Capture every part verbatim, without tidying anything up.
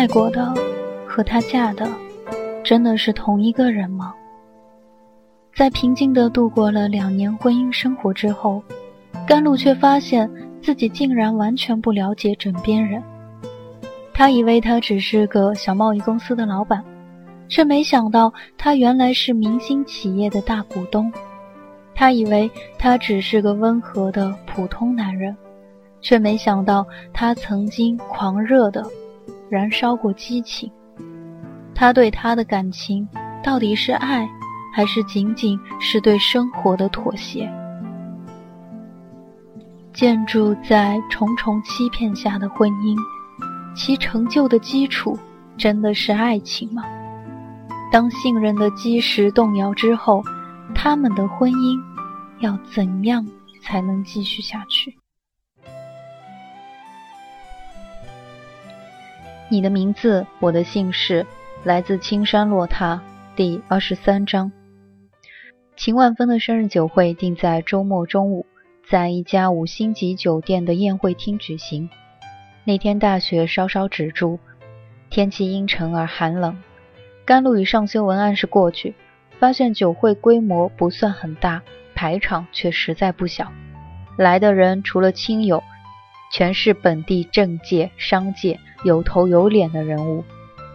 爱过的和她嫁的真的是同一个人吗？在平静地度过了两年婚姻生活之后，甘露却发现自己竟然完全不了解枕边人。他以为他只是个小贸易公司的老板，却没想到他原来是明星企业的大股东。他以为他只是个温和的普通男人，却没想到他曾经狂热地燃烧过激情。他对他的感情到底是爱，还是仅仅是对生活的妥协？建筑在重重欺骗下的婚姻，其成就的基础真的是爱情吗？当信任的基石动摇之后，他们的婚姻要怎样才能继续下去？你的名字，我的姓氏，来自青山落榻第二十三章。秦万芬的生日酒会定在周末中午，在一家五星级酒店的宴会厅举行。那天大雪稍稍止住，天气阴沉而寒冷。甘露与尚修文按时过去，发现酒会规模不算很大，排场却实在不小。来的人除了亲友，全是本地政界、商界有头有脸的人物。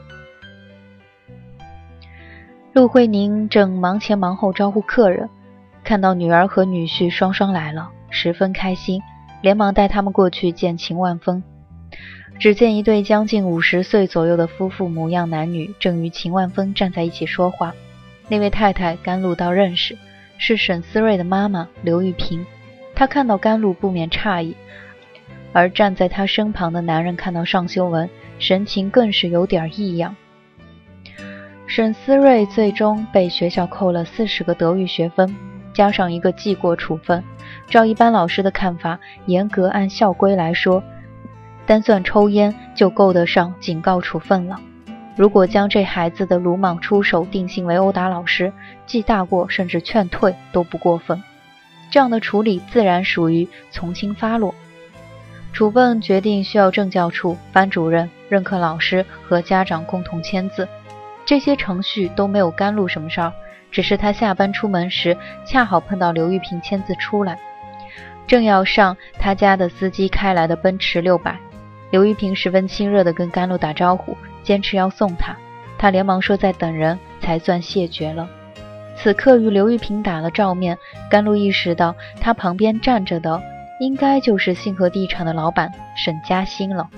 陆慧宁正忙前忙后招呼客人，看到女儿和女婿双双来了，十分开心，连忙带他们过去见秦万芬。只见一对将近五十岁左右的夫妇模样男女正与秦万芬站在一起说话。那位太太甘露倒认识，是沈思睿的妈妈刘玉萍。她看到甘露不免诧异，而站在她身旁的男人看到尚修文，神情更是有点异样。沈思睿最终被学校扣了四十个德育学分，加上一个记过处分。照一般老师的看法，严格按校规来说，单算抽烟就够得上警告处分了。如果将这孩子的鲁莽出手定性为殴打老师，记大过甚至劝退都不过分。这样的处理自然属于从轻发落。处分决定需要政教处、班主任、任课老师和家长共同签字。这些程序都没有甘露什么事儿，只是他下班出门时恰好碰到刘玉萍签字出来，正要上他家的司机开来的奔驰六百。刘玉萍十分亲热地跟甘露打招呼，坚持要送他，他连忙说在等人，才算谢绝了。此刻与刘玉萍打了照面，甘露意识到他旁边站着的应该就是信和地产的老板沈嘉欣了。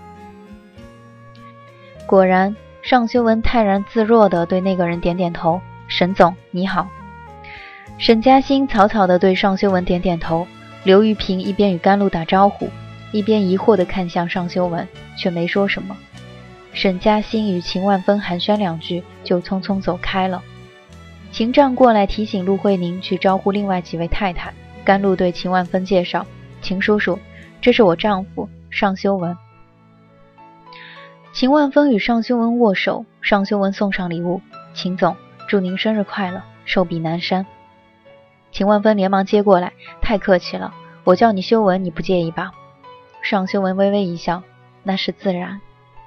果然，尚修文泰然自若地对那个人点点头，沈总你好。沈嘉欣草草地对尚修文点点头，刘玉萍一边与甘露打招呼，一边疑惑地看向尚修文，却没说什么。沈嘉欣与秦万芬寒暄两句，就匆匆走开了。秦丈过来提醒陆慧宁去招呼另外几位太太。甘露对秦万芬介绍，秦叔叔，这是我丈夫尚修文。秦万芬与尚修文握手，尚修文送上礼物，秦总，祝您生日快乐，寿比南山。秦万芬连忙接过来，太客气了，我叫你修文，你不介意吧？尚修文微微一笑，那是自然。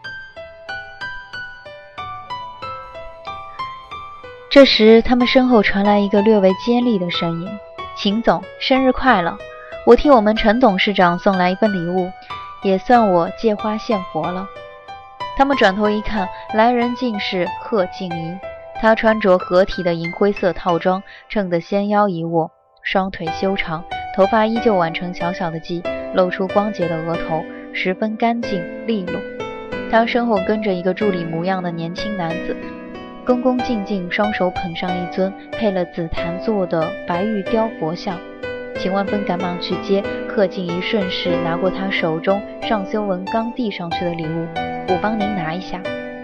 这时他们身后传来一个略为尖利的声音，秦总，生日快乐，我替我们陈董事长送来一份礼物，也算我借花献佛了。他们转头一看，来人竟是贺静怡。她穿着合体的银灰色套装，衬得纤腰一握，双腿修长，头发依旧挽成小小的髻，露出光洁的额头，十分干净利落。她身后跟着一个助理模样的年轻男子，恭恭敬敬，双手捧上一尊配了紫檀做的白玉雕佛像。秦万芬赶忙去接，贺静怡顺势拿过他手中尚修文刚递上去的礼物，我帮您拿一下。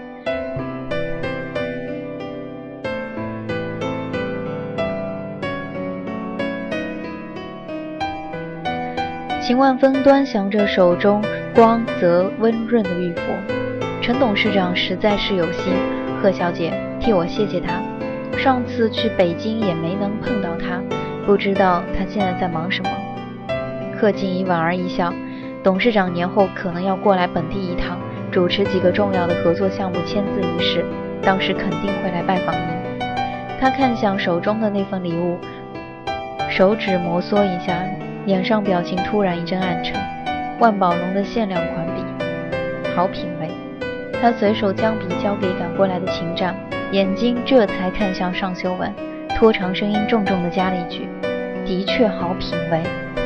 秦万芬端详着手中光泽温润的玉佛，陈董事长实在是有心，贺小姐替我谢谢他，上次去北京也没能碰到他，不知道他现在在忙什么。贺静怡莞尔一笑，董事长年后可能要过来本地一趟， 主持几个重要的合作项目签字仪式，到时肯定会来拜访您。他看向手中的那份礼物，手指摩挲一下，脸上表情突然一阵暗沉。万宝龙的限量款笔，好品味。他随手将笔交给赶过来的秦战，眼睛这才看向尚修文，拖长声音重重地加了一句：的确好品味。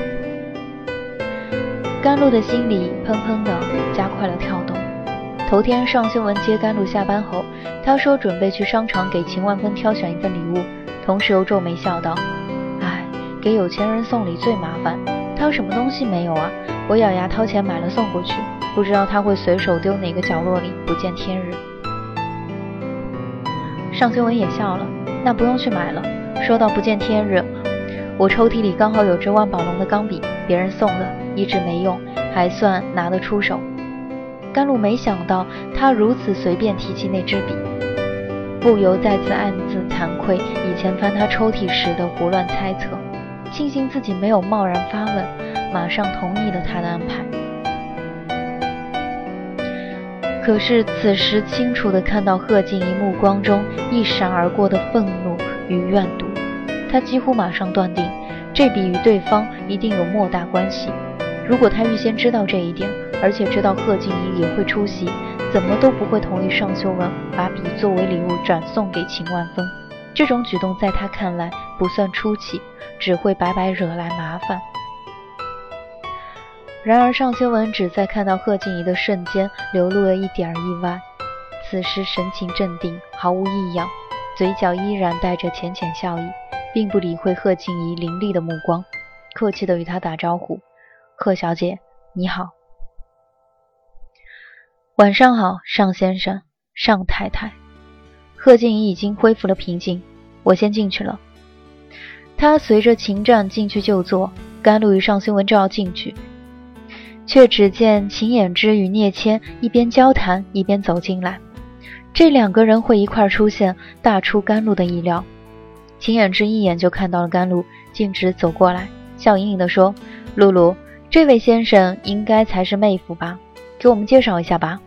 甘露的心里砰砰地加快了跳动。头天尚修文接甘露下班后，他说准备去商场给秦万芬挑选一份礼物，同时又皱眉笑道：唉，给有钱人送礼最麻烦，他什么东西没有啊？我咬牙掏钱买了送过去，不知道他会随手丢哪个角落里，不见天日。尚修文也笑了，那不用去买了。说到不见天日，我抽屉里刚好有支万宝龙的钢笔，别人送的，一直没用，还算拿得出手。甘露没想到他如此随便提起那支笔，不由再次暗自惭愧以前翻他抽屉时的胡乱猜测，庆幸自己没有贸然发问，马上同意了他的安排。可是此时清楚地看到贺静怡目光中一闪而过的愤怒与怨毒，他几乎马上断定这笔与对方一定有莫大关系。如果他预先知道这一点，而且知道贺静怡也会出席，怎么都不会同意尚修文把笔作为礼物转送给秦万芬。这种举动在他看来不算出奇，只会白白惹来麻烦。然而尚修文只在看到贺静怡的瞬间流露了一点意外，此时神情镇定，毫无异样，嘴角依然带着浅浅笑意，并不理会贺静怡凌厉的目光，客气地与她打招呼：贺小姐你好。晚上好，尚先生，尚太太。贺静怡已经恢复了平静，我先进去了。他随着秦战进去就坐，甘露与尚修文正要进去，却只见秦衍之与聂谦一边交谈一边走进来。这两个人会一块出现，大出甘露的意料。秦衍之一眼就看到了甘露，径直走过来，笑盈盈地说：露露，这位先生应该才是妹夫吧？给我们介绍一下吧。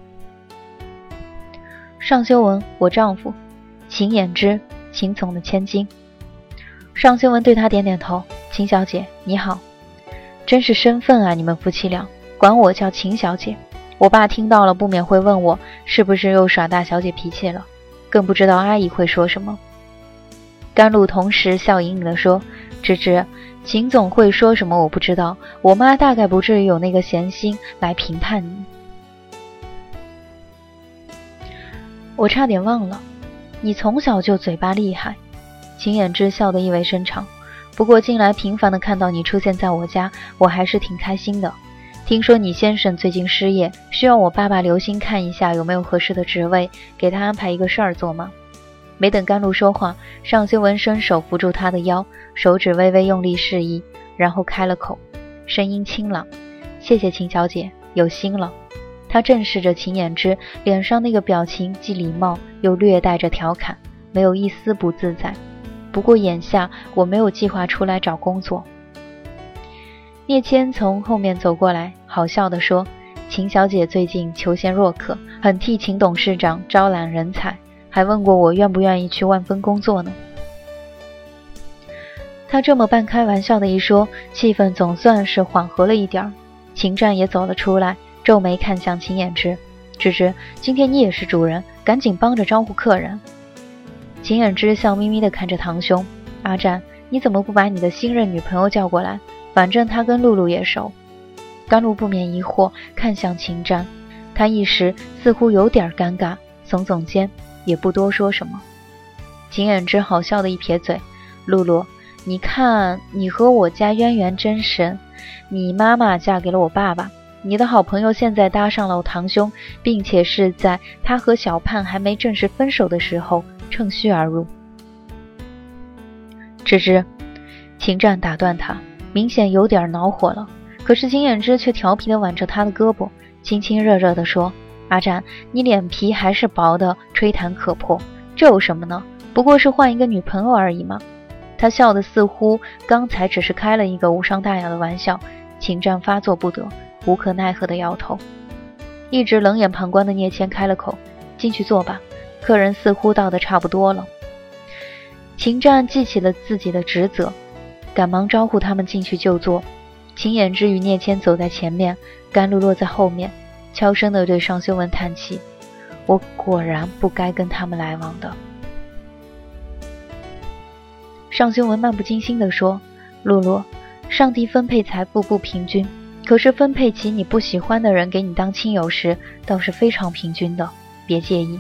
尚修文，我丈夫。秦衍之，秦总的千金。尚修文对他点点头：秦小姐你好。真是身份啊，你们夫妻俩管我叫秦小姐，我爸听到了不免会问我是不是又耍大小姐脾气了，更不知道阿姨会说什么。甘露同时笑盈盈地说：芝芝，秦总会说什么我不知道，我妈大概不至于有那个闲心来评判你。我差点忘了，你从小就嘴巴厉害。秦衍之笑得意味深长，不过近来频繁地看到你出现在我家，我还是挺开心的。听说你先生最近失业，需要我爸爸留心看一下有没有合适的职位，给他安排一个事儿做吗？没等甘露说话，尚修文伸手扶住他的腰，手指微微用力示意，然后开了口，声音清朗：谢谢秦小姐，有心了。他正视着秦衍之，脸上那个表情既礼貌又略带着调侃，没有一丝不自在。不过眼下我没有计划出来找工作。聂谦从后面走过来，好笑地说：秦小姐最近求贤若渴，很替秦董事长招揽人才，还问过我愿不愿意去万丰工作呢。他这么半开玩笑的一说，气氛总算是缓和了一点。秦战也走了出来，皱眉看向秦衍之：芝芝，今天你也是主人，赶紧帮着招呼客人。秦衍之笑眯眯地看着堂兄：阿战，你怎么不把你的新任女朋友叫过来？反正她跟露露也熟。甘露不免疑惑，看向秦战，他一时似乎有点尴尬，耸耸肩，也不多说什么。秦衍之好笑的一撇嘴：露露，你看你和我家渊源真深，你妈妈嫁给了我爸爸，你的好朋友现在搭上了我堂兄，并且是在他和小盼还没正式分手的时候趁虚而入。芝芝，秦战打断他，明显有点恼火了。可是秦衍之却调皮地挽着他的胳膊，亲亲热热地说：阿战，你脸皮还是薄的，吹弹可破，这有什么呢？不过是换一个女朋友而已嘛。他笑得似乎刚才只是开了一个无伤大雅的玩笑。秦战发作不得，无可奈何地摇头。 一直冷眼旁观的聂谦开了口：“进去坐吧，客人似乎到的差不多了。”秦战记起了自己的职责，赶忙招呼他们进去就坐。秦衍之与聂谦走在前面，甘露落在后面，悄声地对尚修文叹气：“我果然不该跟他们来往的。”尚修文漫不经心地说：“露露，上帝分配财富不平均，可是分配起你不喜欢的人给你当亲友时，倒是非常平均的，别介意。”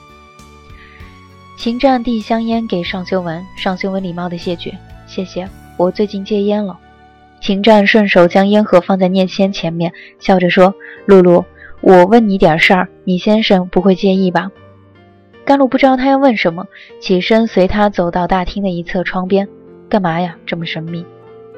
秦战递香烟给尚修文，尚修文礼貌地谢绝：“谢谢，我最近戒烟了。”秦战顺手将烟盒放在聂谦前面，笑着说：“露露，我问你点事儿，你先生不会介意吧？”甘露不知道他要问什么，起身随他走到大厅的一侧窗边。“干嘛呀，这么神秘？”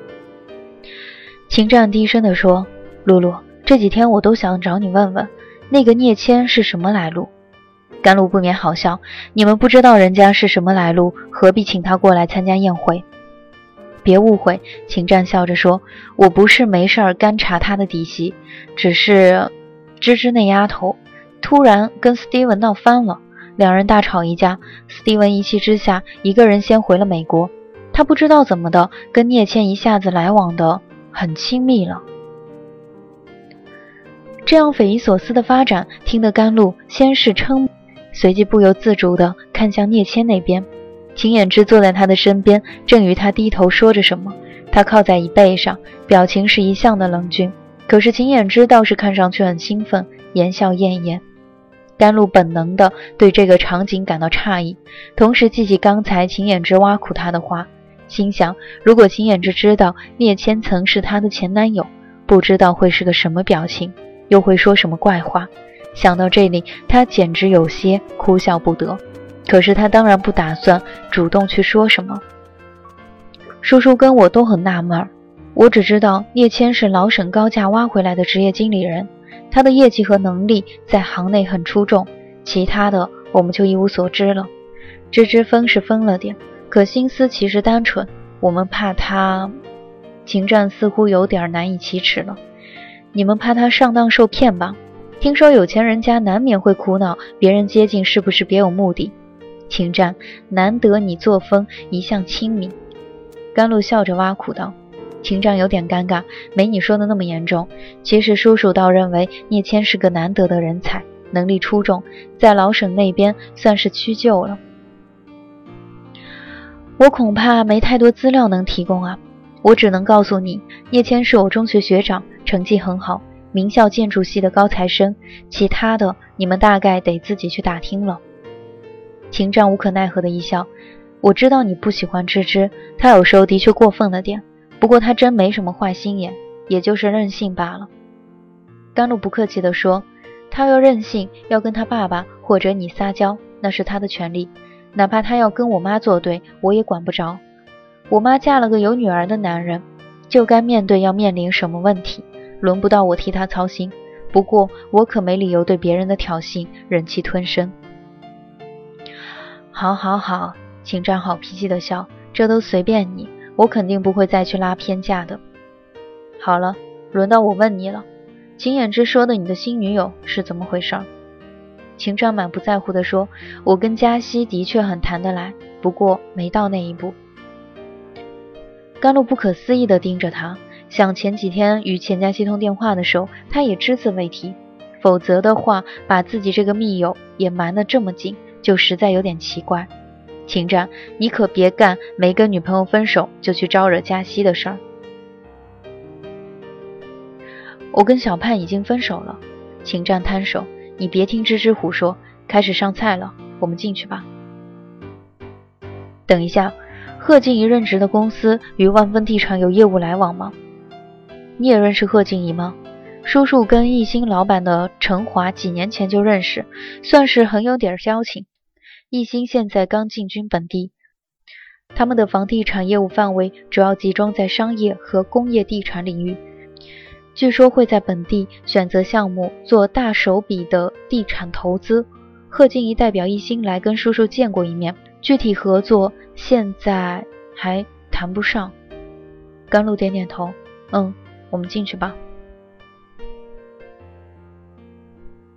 秦战低声地说：“露露，这几天我都想找你问问，那个聂谦是什么来路？”甘露不免好笑：“你们不知道人家是什么来路，何必请他过来参加宴会？”“别误会。”秦战笑着说：“我不是没事儿干查他的底细，只是芝芝那丫头突然跟斯蒂文闹翻了，两人大吵一架。斯蒂文一气之下，一个人先回了美国。他不知道怎么的，跟聂谦一下子来往的很亲密了。”这样匪夷所思的发展，听得甘露先是瞠，随即不由自主地看向聂谦那边。秦衍之坐在他的身边，正与他低头说着什么。他靠在椅背上，表情是一向的冷峻，可是秦衍之倒是看上去很兴奋，言笑晏晏。甘露本能地对这个场景感到诧异，同时记起刚才秦衍之挖苦他的话，心想如果秦衍之知道聂谦曾是他的前男友，不知道会是个什么表情，又会说什么怪话。想到这里，他简直有些哭笑不得。可是他当然不打算主动去说什么。叔叔跟我都很纳闷，我只知道聂谦是老沈高价挖回来的职业经理人，他的业绩和能力在行内很出众，其他的我们就一无所知了。芝芝分是分了点，可心思其实单纯，我们怕他……秦战似乎有点难以启齿了。你们怕他上当受骗吧？听说有钱人家难免会苦恼别人接近是不是别有目的。秦战，难得你作风一向亲民。甘露笑着挖苦道。秦战有点尴尬，没你说的那么严重。其实叔叔倒认为聂谦是个难得的人才，能力出众，在老沈那边算是屈就了。我恐怕没太多资料能提供啊，我只能告诉你，聂谦是我中学学长，成绩很好，名校建筑系的高材生，其他的你们大概得自己去打听了。秦战无可奈何的一笑，我知道你不喜欢芝芝，她有时候的确过分了点，不过她真没什么坏心眼，也就是任性罢了。甘露不客气地说，她要任性，要跟她爸爸或者你撒娇，那是她的权利，哪怕她要跟我妈作对，我也管不着。我妈嫁了个有女儿的男人，就该面对要面临什么问题，轮不到我替她操心。不过我可没理由对别人的挑衅忍气吞声。好好好，秦战好脾气的笑，这都随便你，我肯定不会再去拉偏架的。好了，轮到我问你了，秦衍之说的你的新女友是怎么回事？秦战满不在乎地说，我跟嘉熙的确很谈得来，不过没到那一步。甘露不可思议地盯着他，想前几天与钱嘉熙通电话的时候，他也只字未提，否则的话把自己这个密友也瞒得这么紧，就实在有点奇怪。秦战，你可别干没跟女朋友分手就去招惹嘉熙的事儿。我跟小盼已经分手了。秦战摊手，你别听芝芝胡说，开始上菜了，我们进去吧。等一下，贺静怡任职的公司与万丰地产有业务来往吗？你也认识贺静怡吗？叔叔跟一兴老板的陈华几年前就认识，算是很有点交情。一兴现在刚进军本地，他们的房地产业务范围主要集中在商业和工业地产领域，据说会在本地选择项目做大手笔的地产投资。贺静怡代表一兴来跟叔叔见过一面，具体合作现在还谈不上。甘露点点头，嗯，我们进去吧。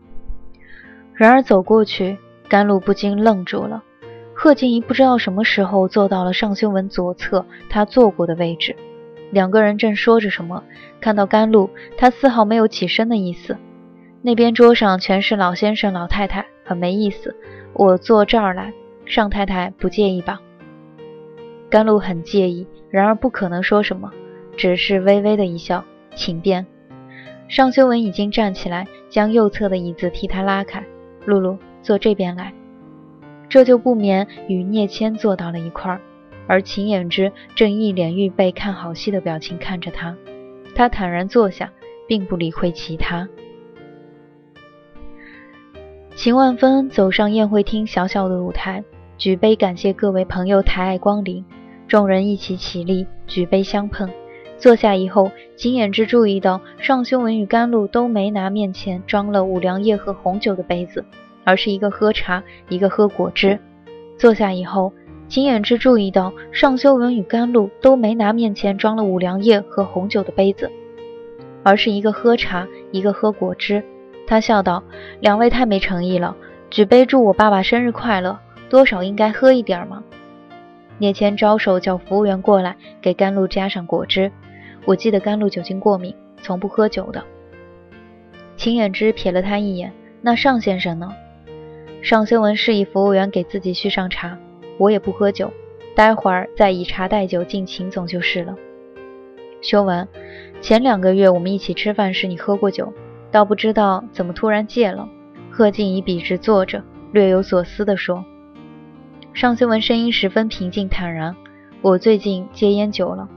然而走过去，甘露不禁愣住了。贺静怡不知道什么时候坐到了尚修文左侧他坐过的位置，两个人正说着什么，看到甘露，他丝毫没有起身的意思。那边桌上全是老先生老太太，很没意思，我坐这儿来，尚太太不介意吧？甘露很介意，然而不可能说什么，只是微微的一笑，请便。尚修文已经站起来，将右侧的椅子替他拉开，露露坐这边来。这就不免与聂谦坐到了一块儿，而秦衍之正一脸预备看好戏的表情看着他，他坦然坐下，并不理会其他。秦万芬走上宴会厅小小的舞台，举杯感谢各位朋友抬爱光临，众人一起起立，举杯相碰。坐下以后，秦衍之注意到尚修文与甘露都没拿面前装了五粮液和红酒的杯子，而是一个喝茶，一个喝果汁。坐下以后，秦衍之注意到尚修文与甘露都没拿面前装了五粮液和红酒的杯子，而是一个喝茶，一个喝果汁。他笑道：两位太没诚意了，举杯祝我爸爸生日快乐，多少应该喝一点嘛。聂谦招手叫服务员过来给甘露加上果汁，我记得甘露酒精过敏，从不喝酒的。秦衍之瞥了他一眼，那尚先生呢？尚修文示意服务员给自己续上茶，我也不喝酒，待会儿再以茶代酒敬秦总就是了。修文，前两个月我们一起吃饭时你喝过酒，倒不知道怎么突然戒了。贺静怡笔直坐着，略有所思地说。尚修文声音十分平静坦然，我最近戒烟酒了。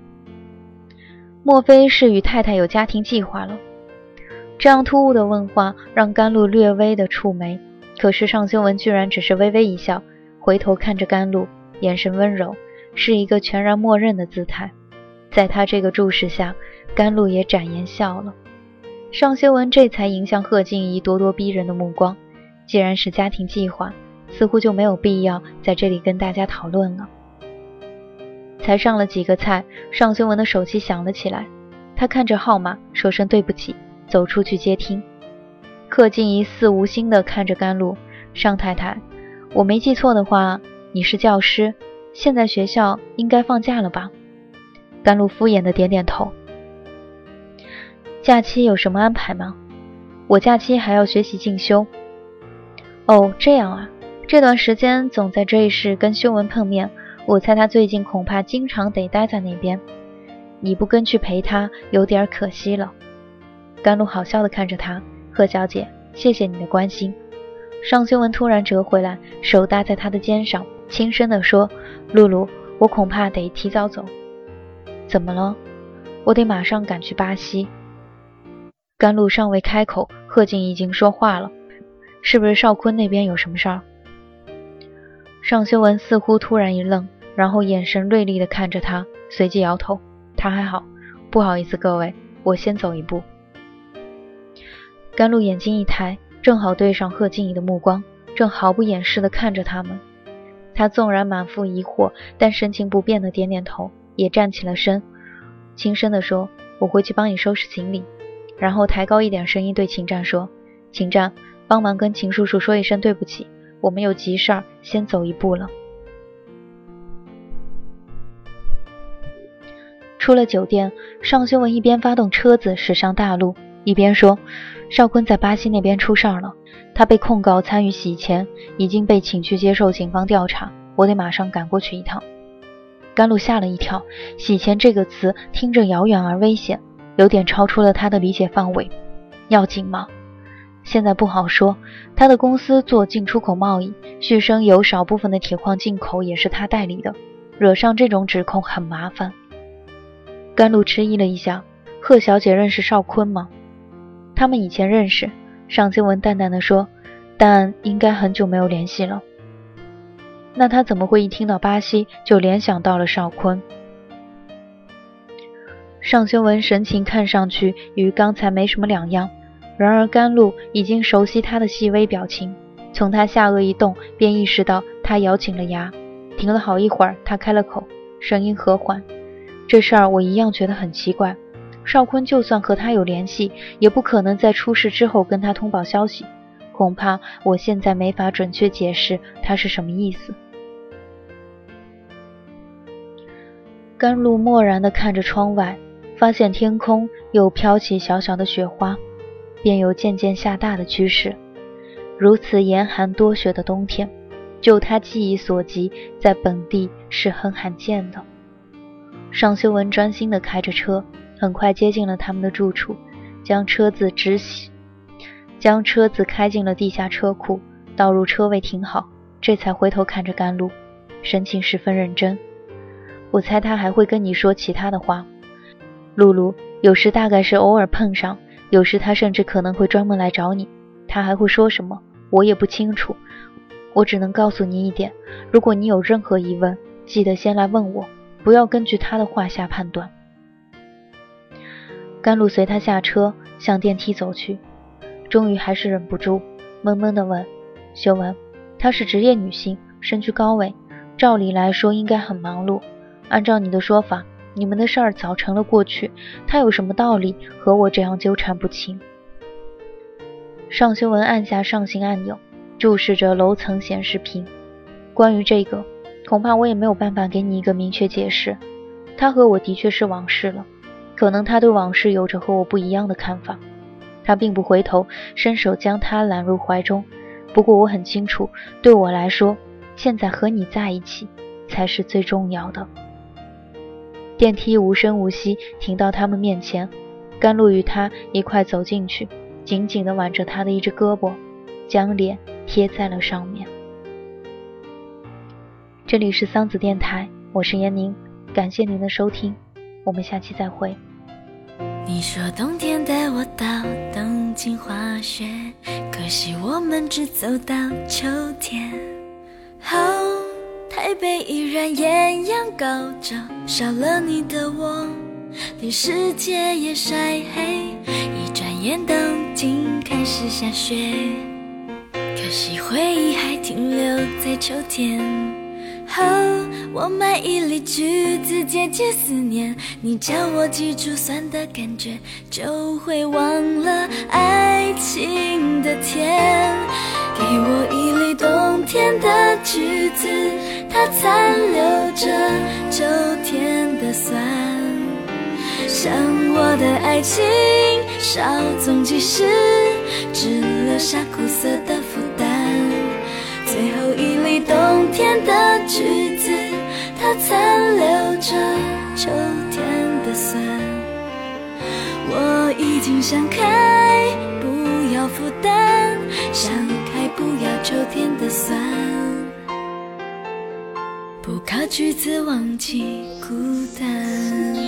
莫非是与太太有家庭计划了？这样突兀的问话让甘露略微的触眉，可是尚修文居然只是微微一笑，回头看着甘露，眼神温柔，是一个全然默认的姿态。在他这个注视下，甘露也展颜笑了。尚修文这才迎向贺静怡咄咄逼人的目光，既然是家庭计划，似乎就没有必要在这里跟大家讨论了。才上了几个菜，尚修文的手机响了起来，他看着号码说声对不起，走出去接听。贺静怡似无心地看着甘露，尚太太，我没记错的话，你是教师，现在学校应该放假了吧？甘露敷衍地点点头。假期有什么安排吗？我假期还要学习进修。哦，这样啊，这段时间总在这一世跟修文碰面，我猜他最近恐怕经常得待在那边，你不跟去陪他有点可惜了。甘露好笑地看着他，贺小姐，谢谢你的关心。尚修文突然折回来，手搭在他的肩上，轻声地说，露露，我恐怕得提早走。怎么了？我得马上赶去巴西。甘露尚未开口，贺静已经说话了，是不是邵坤那边有什么事儿？尚修文似乎突然一愣，然后眼神锐利地看着他，随即摇头，他还好，不好意思各位，我先走一步。甘露眼睛一抬，正好对上贺静怡的目光，正毫不掩饰地看着他们。他纵然满腹疑惑，但神情不变地点点头，也站起了身，轻声地说，我回去帮你收拾行李。然后抬高一点声音对秦战说，秦战，帮忙跟秦叔叔说一声对不起，我们有急事儿，先走一步了。出了酒店，尚修文一边发动车子驶上大路，一边说，邵坤在巴西那边出事儿了，他被控告参与洗钱，已经被请去接受警方调查，我得马上赶过去一趟。甘露吓了一跳，洗钱这个词听着遥远而危险，有点超出了他的理解范围。要紧吗？现在不好说，他的公司做进出口贸易，旭升有少部分的铁矿进口也是他代理的，惹上这种指控很麻烦。甘露迟疑了一下，贺小姐认识邵坤吗？他们以前认识，尚修文淡淡地说，但应该很久没有联系了。那他怎么会一听到巴西就联想到了邵坤？尚修文神情看上去与刚才没什么两样，然而甘露已经熟悉他的细微表情，从他下颚一动便意识到他咬紧了牙。停了好一会儿，他开了口，声音和缓，这事儿我一样觉得很奇怪，邵坤就算和他有联系，也不可能在出事之后跟他通报消息， 恐怕我现在没法准确解释它是什么意思。甘露漠然地看着窗外，发现天空又飘起小小的雪花，便有渐渐下大的趋势。如此严寒多雪的冬天，就他记忆所及，在本地是很罕见的。尚修文专心地开着车，很快接近了他们的住处，将车子直将车子开进了地下车库，倒入车位停好，这才回头看着甘露，神情十分认真。我猜他还会跟你说其他的话，露露，有时大概是偶尔碰上，有时他甚至可能会专门来找你，他还会说什么我也不清楚，我只能告诉你一点，如果你有任何疑问，记得先来问我，不要根据他的话下判断。甘露随他下车，向电梯走去，终于还是忍不住闷闷地问，修文，她是职业女性，身居高位，照理来说应该很忙碌，按照你的说法，你们的事儿早成了过去，她有什么道理和我这样纠缠不清？尚修文按下上行按钮，注视着楼层显示屏。关于这个，恐怕我也没有办法给你一个明确解释。他和我的确是往事了，可能他对往事有着和我不一样的看法。他并不回头，伸手将他揽入怀中。不过我很清楚，对我来说，现在和你在一起才是最重要的。电梯无声无息停到他们面前，甘露与他一块走进去，紧紧地挽着他的一只胳膊，将脸贴在了上面。这里是桑子电台，我是闫宁，感谢您的收听，我们下期再会。 你说冬天带我到东京滑雪，可惜我们只走到秋天。哦，台北依然艳阳高照，少了你的我，连世界也晒黑。一转眼东京开始下雪，可惜回忆还停留在秋天。哦，我买一粒橘子解解思念，你叫我记住酸的感觉，就会忘了爱情的甜。给我一粒冬天的橘子，它残留着秋天的酸。像我的爱情稍纵即逝，只留下苦涩的负担。最后一粒冬天的橘子，它残留着秋天的酸。我已经想开，不要负担，想开不要秋天的酸，不靠橘子忘记孤单。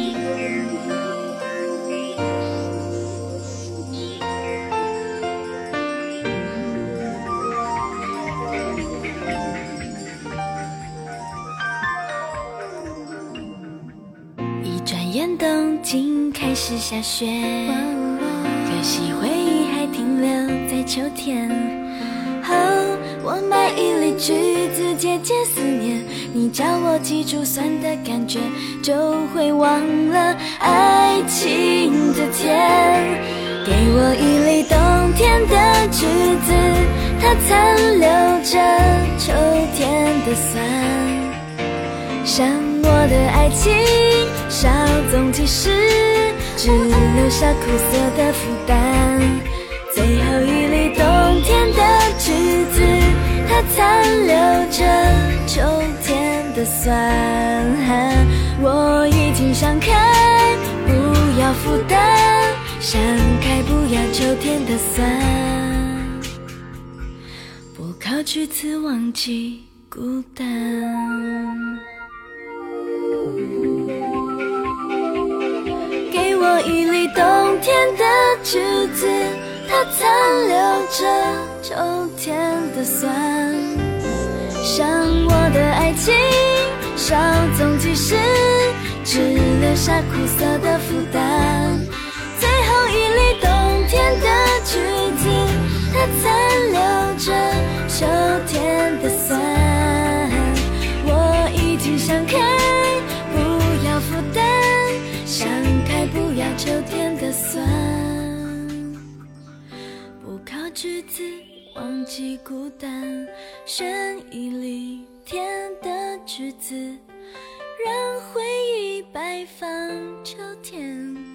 东京开始下雪，可惜回忆还停留在秋天。哦，我买一粒橘子解解思念，你叫我记住酸的感觉，就会忘了爱情的甜。给我一粒冬天的橘子，它残留着秋天的酸。像我的爱情稍纵即逝，只留下苦涩的负担。最后一粒冬天的橘子，它残留着秋天的酸。我已经想开，不要负担，想开不要秋天的酸，不靠橘子忘记孤单。给我一粒冬天的橘子，它残留着秋天的酸。像我的爱情稍纵即逝，只留下苦涩的负担。最后一粒冬天的橘子，它残留着秋天的酸。我已经想开，不要负担，想开不要秋天的酸，不靠橘子忘记孤单，深一粒甜的栀子，让回忆摆放秋天。